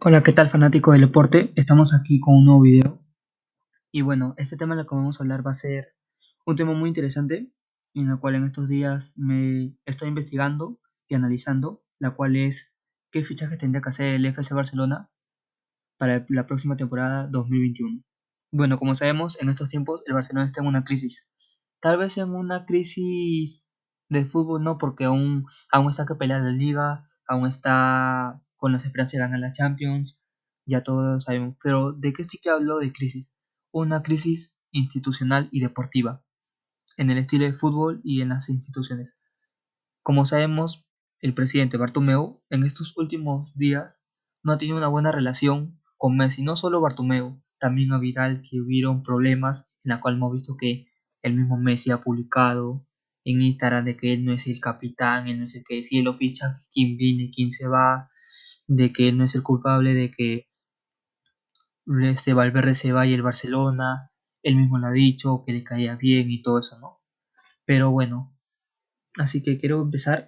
Hola, ¿qué tal fanático del deporte? Estamos aquí con un nuevo video. Y bueno, este tema en el que vamos a hablar va a ser un tema muy interesante, en el cual en estos días me estoy investigando y analizando, la cual es qué fichajes tendría que hacer el FC Barcelona para la próxima temporada 2021. Bueno, como sabemos, en estos tiempos el Barcelona está en una crisis. Tal vez en una crisis de fútbol no, porque aún está que pelear la liga, aún está con las esperanzas de ganar la Champions, ya todos sabemos. Pero ¿de qué estoy que hablo de crisis? Una crisis institucional y deportiva, en el estilo de fútbol y en las instituciones. Como sabemos, el presidente Bartomeu en estos últimos días no ha tenido una buena relación con Messi, no solo Bartomeu, también a Vidal, que hubieron problemas en la cual hemos visto que el mismo Messi ha publicado en Instagram de que él no es el capitán, él no es el que si él lo ficha, quién viene, quién se va, de que él no es el culpable de que este Valverde se vaya el Barcelona, él mismo lo ha dicho, que le caía bien y todo eso, ¿no? Pero bueno, así que quiero empezar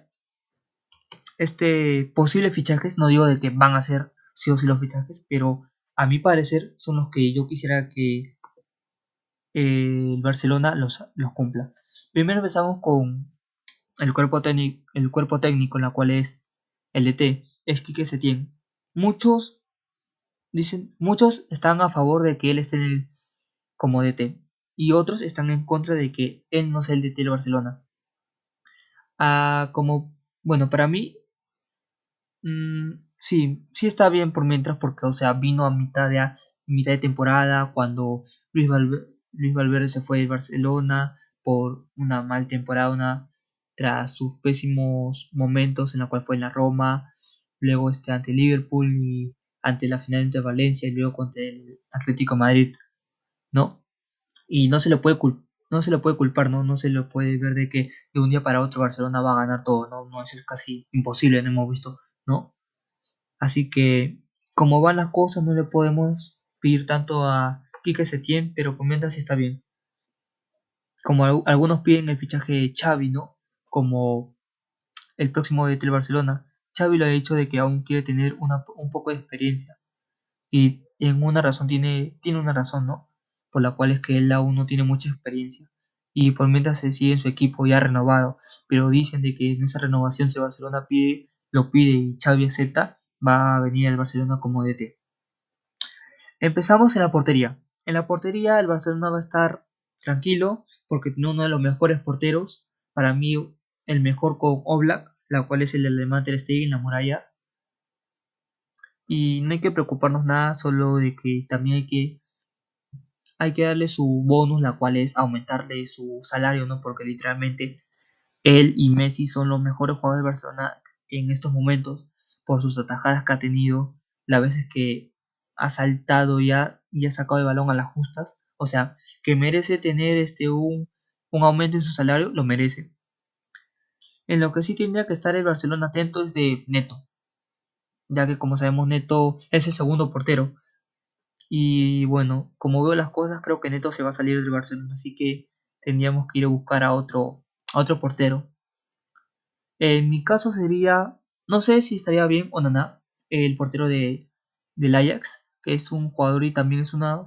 posibles fichajes, no digo de que van a ser sí o sí los fichajes, pero a mi parecer son los que yo quisiera que el Barcelona los cumpla. Primero empezamos con el cuerpo técnico, en la cual es el DT, es Quique Setién. Muchos muchos están a favor de que él esté como DT y otros están en contra de que él no sea el DT del Barcelona. Bueno, para mí sí está bien por mientras, porque, o sea, vino a mitad de temporada cuando Luis Valverde se fue del Barcelona por una mal temporada, tras sus pésimos momentos en la cual fue en la Roma, luego ante Liverpool y ante la final de Valencia y luego contra el Atlético de Madrid, ¿no? Y no se le puede culpar, ¿no? No se le puede ver de que de un día para otro Barcelona va a ganar todo, ¿no? No, eso es casi imposible, no hemos visto, ¿no? Así que, como van las cosas, no le podemos pedir tanto a Quique Setién, pero por mientras sí está bien. Como algunos piden el fichaje de Xavi, ¿no? Como el próximo DT del Barcelona. Xavi lo ha dicho de que aún quiere tener un poco de experiencia. Y en una razón tiene una razón, ¿no? Por la cual es que él aún no tiene mucha experiencia. Y por mientras se sigue en su equipo ya renovado. Pero dicen de que en esa renovación si Barcelona lo pide y Xavi acepta, va a venir al Barcelona como DT. Empezamos en la portería. En la portería el Barcelona va a estar tranquilo porque tiene uno de los mejores porteros. Para mí el mejor con Oblak, la cual es el alemán Ter Stegen en la muralla. Y no hay que preocuparnos nada, solo de que también hay que darle su bonus, la cual es aumentarle su salario, ¿no? Porque literalmente él y Messi son los mejores jugadores de Barcelona en estos momentos por sus atajadas que ha tenido, las veces que ha saltado y ha sacado el balón a las justas. O sea, que merece tener un aumento en su salario, lo merece. En lo que sí tendría que estar el Barcelona atento es de Neto, ya que como sabemos Neto es el segundo portero. Y bueno, como veo las cosas, creo que Neto se va a salir del Barcelona, así que tendríamos que ir a buscar a otro portero. En mi caso sería, no sé si estaría bien Onana, el portero del Ajax, que es un jugador y también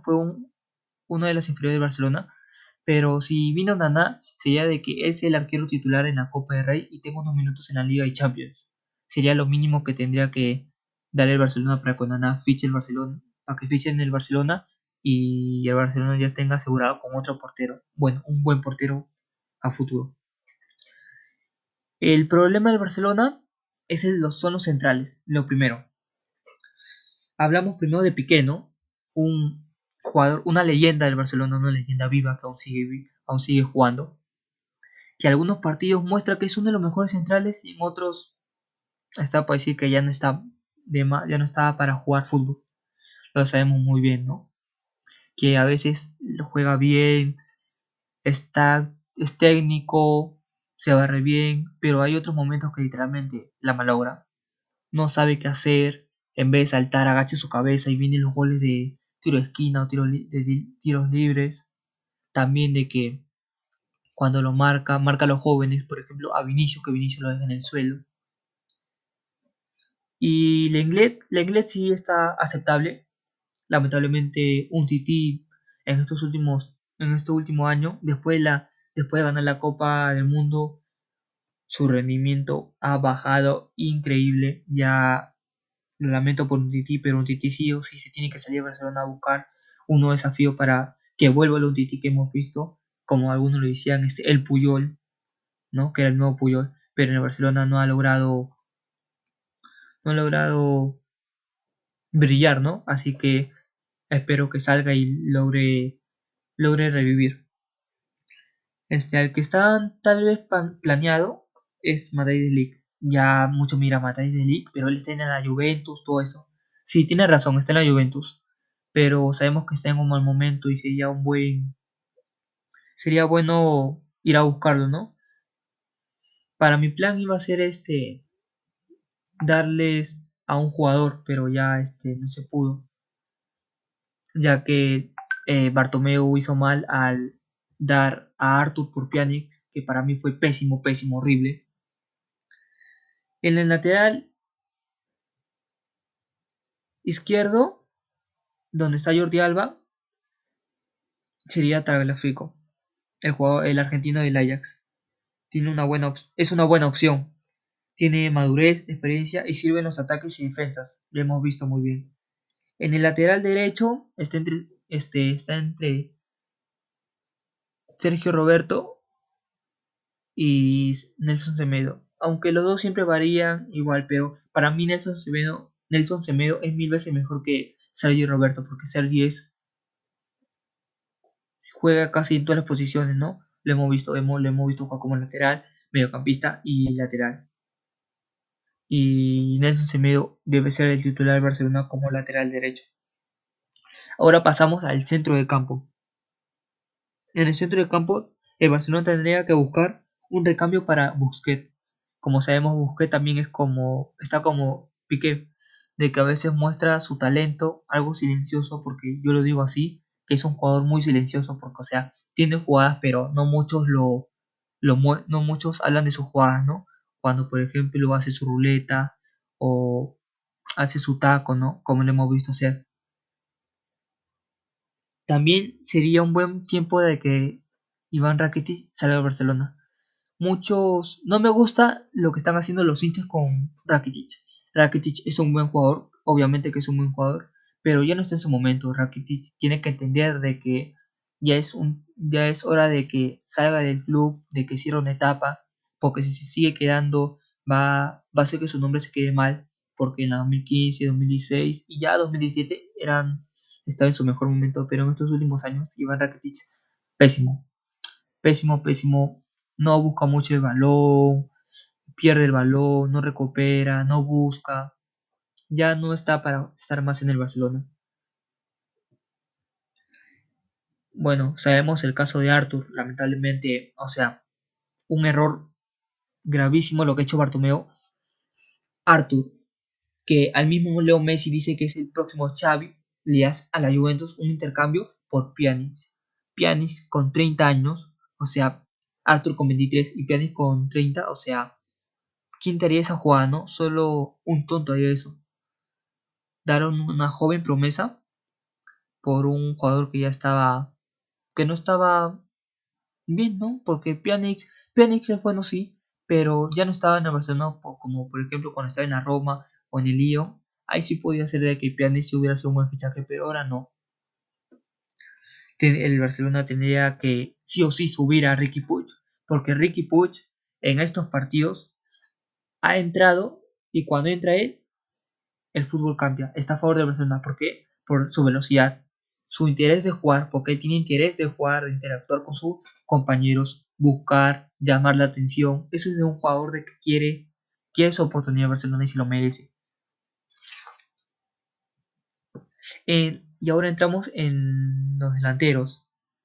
uno de las inferiores de Barcelona. Pero si vino Onana, sería de que él sea el arquero titular en la Copa del Rey y tenga unos minutos en la Liga y Champions. Sería lo mínimo que tendría que dar el Barcelona para que Onana fiche el Barcelona, para que fiche en el Barcelona y el Barcelona ya tenga asegurado con otro portero. Bueno, un buen portero a futuro. El problema del Barcelona son los centrales. Lo primero, hablamos primero de Piqué, ¿no? Un jugador, una leyenda del Barcelona, una leyenda viva que aún sigue jugando. Que algunos partidos muestra que es uno de los mejores centrales y en otros está para decir que ya no está para jugar fútbol. Lo sabemos muy bien, ¿no? Que a veces lo juega bien, es técnico, se barre bien, pero hay otros momentos que literalmente la malogra. No sabe qué hacer, en vez de saltar agacha su cabeza y vienen los goles de tiro de esquina o tiros libres. También de que cuando marca a los jóvenes, por ejemplo a Vinicius, que Vinicius lo deja en el suelo. Y Lenglet sí está aceptable. Lamentablemente un Titi en este último año, después de ganar la Copa del Mundo, su rendimiento ha bajado increíble. Ya lo lamento por un Titi, pero un Titi sí o sí se tiene que salir a Barcelona a buscar un nuevo desafío para que vuelva el un Titi que hemos visto, como algunos lo decían, el Puyol, ¿no? Que era el nuevo Puyol, pero en el Barcelona no ha logrado brillar, ¿no? Así que espero que salga y logre revivir. Al que está tal vez planeado es Madrid de Ligt. Ya mucho mira Madrid de Ligt, pero él está en la Juventus, todo eso. Sí, tiene razón, está en la Juventus, pero sabemos que está en un mal momento y sería bueno ir a buscarlo, ¿no? Para mi plan iba a ser darles a un jugador, pero ya no se pudo, ya que Bartomeu hizo mal al dar a Arthur por Pjanic, que para mí fue pésimo, pésimo, horrible. En el lateral izquierdo, donde está Jordi Alba, sería Tagliafico, el argentino del Ajax. Es una buena opción. Tiene madurez, experiencia y sirve en los ataques y defensas. Lo hemos visto muy bien. En el lateral derecho está entre Sergio Roberto y Nelson Semedo. Aunque los dos siempre varían igual, pero para mí Nelson Semedo es mil veces mejor que Sergio Roberto, porque Sergio juega casi en todas las posiciones, ¿no? Lo hemos visto jugar como lateral, mediocampista y lateral. Y Nelson Semedo debe ser el titular de Barcelona como lateral derecho. Ahora pasamos al centro del campo. En el centro del campo, el Barcelona tendría que buscar un recambio para Busquets. Como sabemos, Busquets también está como Piqué, de que a veces muestra su talento, algo silencioso, porque yo lo digo así, que es un jugador muy silencioso, porque, o sea, tiene jugadas, pero no muchos hablan de sus jugadas, ¿no? Cuando, por ejemplo, hace su ruleta o hace su taco, ¿no? Como lo hemos visto hacer. También sería un buen tiempo de que Iván Rakitic salga de Barcelona. No me gusta lo que están haciendo los hinchas con Rakitic. Rakitic es un buen jugador, obviamente que es un buen jugador, pero ya no está en su momento. Rakitic tiene que entender de que ya es hora de que salga del club, de que cierre una etapa, porque si se sigue quedando va a hacer que su nombre se quede mal, porque en la 2015, 2016 y ya 2017 estaba en su mejor momento, pero en estos últimos años Iván Rakitic pésimo, pésimo, pésimo. No busca mucho el balón, pierde el balón, no recupera, no busca. Ya no está para estar más en el Barcelona. Bueno, sabemos el caso de Arthur, lamentablemente, o sea, un error gravísimo lo que ha hecho Bartomeu. Arthur, que al mismo Leo Messi dice que es el próximo Xavi, le hace a la Juventus un intercambio por Pjanic. Pjanic con 30 años, o sea, Arthur con 23 y Pjanic con 30, o sea, ¿quién te haría esa jugada, no? Solo un tonto haría eso. Daron una joven promesa por un jugador que no estaba bien, ¿no? Porque Pjanic es bueno sí, pero ya no estaba en el Barcelona como por ejemplo cuando estaba en la Roma o en el Lyon. Ahí sí podía ser de que Pjanic hubiera sido un buen fichaje, pero ahora no. El Barcelona tendría que sí o sí subir a Riqui Puig, porque Riqui Puig en estos partidos ha entrado y cuando entra él el fútbol cambia. Está a favor de Barcelona. ¿Por qué? Por su velocidad, su interés de jugar, porque él tiene interés de jugar, de interactuar con sus compañeros, buscar, llamar la atención. Eso es de un jugador de que quiere su oportunidad en Barcelona y se lo merece. Y ahora entramos en los delanteros.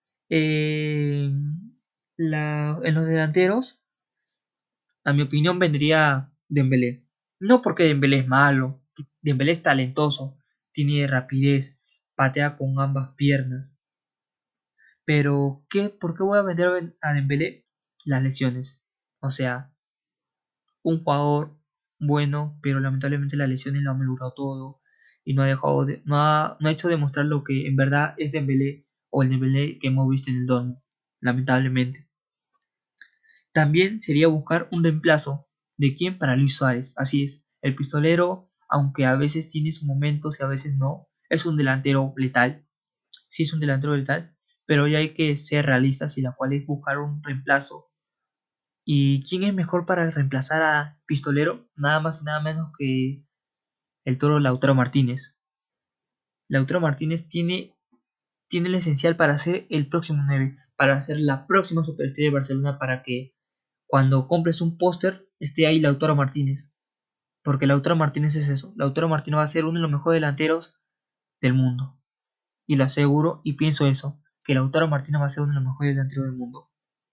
En los delanteros, a mi opinión, vendría Dembélé. No porque Dembélé es malo, Dembélé es talentoso, tiene rapidez, patea con ambas piernas. Pero, ¿por qué voy a vender a Dembélé? Las lesiones. O sea, un jugador. bueno, pero lamentablemente las lesiones lo han malogrado todo y no ha dejado no ha hecho demostrar lo que en verdad es Dembélé o el Dembélé que hemos visto en el Dortmund, lamentablemente. También sería buscar un reemplazo. ¿De quién? Para Luis Suárez. Así es. El pistolero, aunque a veces tiene sus momentos y a veces no, es un delantero letal. Sí es un delantero letal, pero ya hay que ser realistas y la cual es buscar un reemplazo. ¿Y quién es mejor para reemplazar a Pistolero? Nada más y nada menos que el toro Lautaro Martínez. Lautaro Martínez tiene lo esencial para ser el próximo 9, para ser la próxima superestrella de Barcelona, para que cuando compres un póster esté ahí Lautaro Martínez. Porque Lautaro Martínez es eso. Lautaro Martínez va a ser uno de los mejores delanteros del mundo. Y lo aseguro y pienso eso, que Lautaro Martínez va a ser uno de los mejores delanteros del mundo.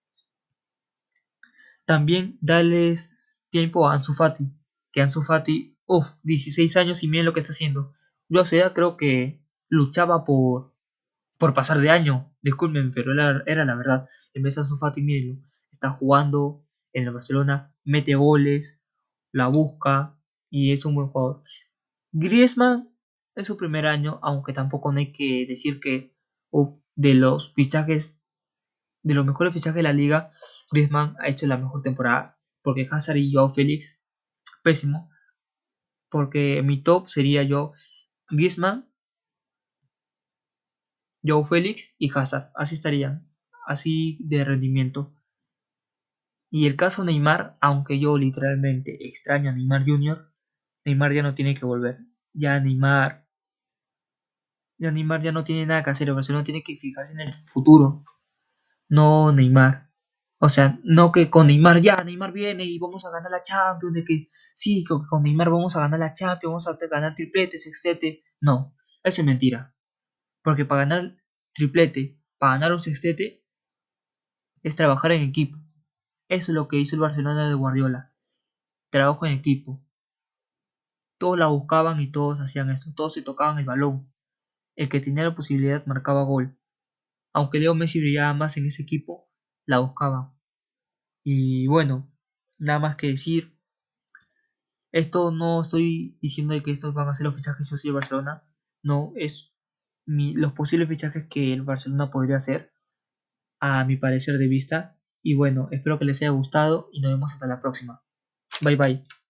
También darles tiempo a Ansu Fati, que Ansu Fati, 16 años y miren lo que está haciendo. Yo a su edad creo que luchaba por pasar de año, discúlpenme, pero era la verdad. En vez de Ansu Fati, mírenlo, está jugando en el Barcelona, mete goles, la busca y es un buen jugador. Griezmann es su primer año, aunque tampoco no hay que decir que de los fichajes, de los mejores fichajes de la liga, Griezmann ha hecho la mejor temporada, porque Hazard y Joao Félix, pésimo, porque mi top sería yo, Griezmann, Joao Félix y Hazard, así estarían, así de rendimiento. Y el caso Neymar, aunque yo literalmente extraño a Neymar Jr., Neymar ya no tiene que volver. Ya Neymar ya no tiene nada que hacer, el Barcelona tiene que fijarse en el futuro, no Neymar. O sea, no que con Neymar ya, Neymar viene y vamos a ganar la Champions, de que sí, que con Neymar vamos a ganar la Champions, vamos a ganar triplete, sextete. No, eso es mentira. Porque para ganar triplete, para ganar un sextete, es trabajar en equipo. Eso es lo que hizo el Barcelona de Guardiola. Trabajo en equipo. Todos la buscaban y todos hacían eso. Todos se tocaban el balón. El que tenía la posibilidad marcaba gol. Aunque Leo Messi brillaba más en ese equipo, la buscaban. Y bueno, nada más que decir. Esto no estoy diciendo de que estos van a ser los fichajes sí o sí de Barcelona. No, es los posibles fichajes que el Barcelona podría hacer, a mi parecer de vista. Y bueno, espero que les haya gustado y nos vemos hasta la próxima. Bye bye.